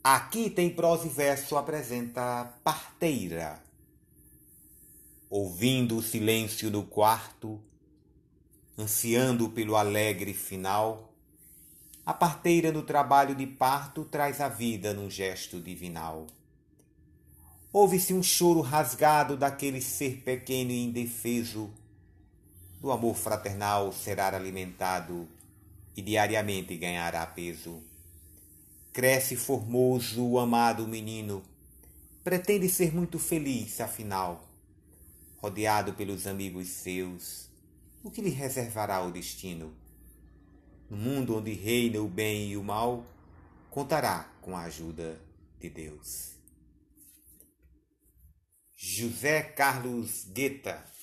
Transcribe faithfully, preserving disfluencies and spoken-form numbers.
Aqui tem prosa e verso apresenta parteira. Ouvindo o silêncio no quarto, ansiando pelo alegre final, a parteira no trabalho de parto traz a vida num gesto divinal. Ouve-se um choro rasgado daquele ser pequeno e indefeso. Do amor fraternal será alimentado e diariamente ganhará peso. Cresce formoso o amado menino, pretende ser muito feliz, afinal. Rodeado pelos amigos seus, o que lhe reservará o destino? No mundo onde reina o bem e o mal, contará com a ajuda de Deus. José Carlos Guetta.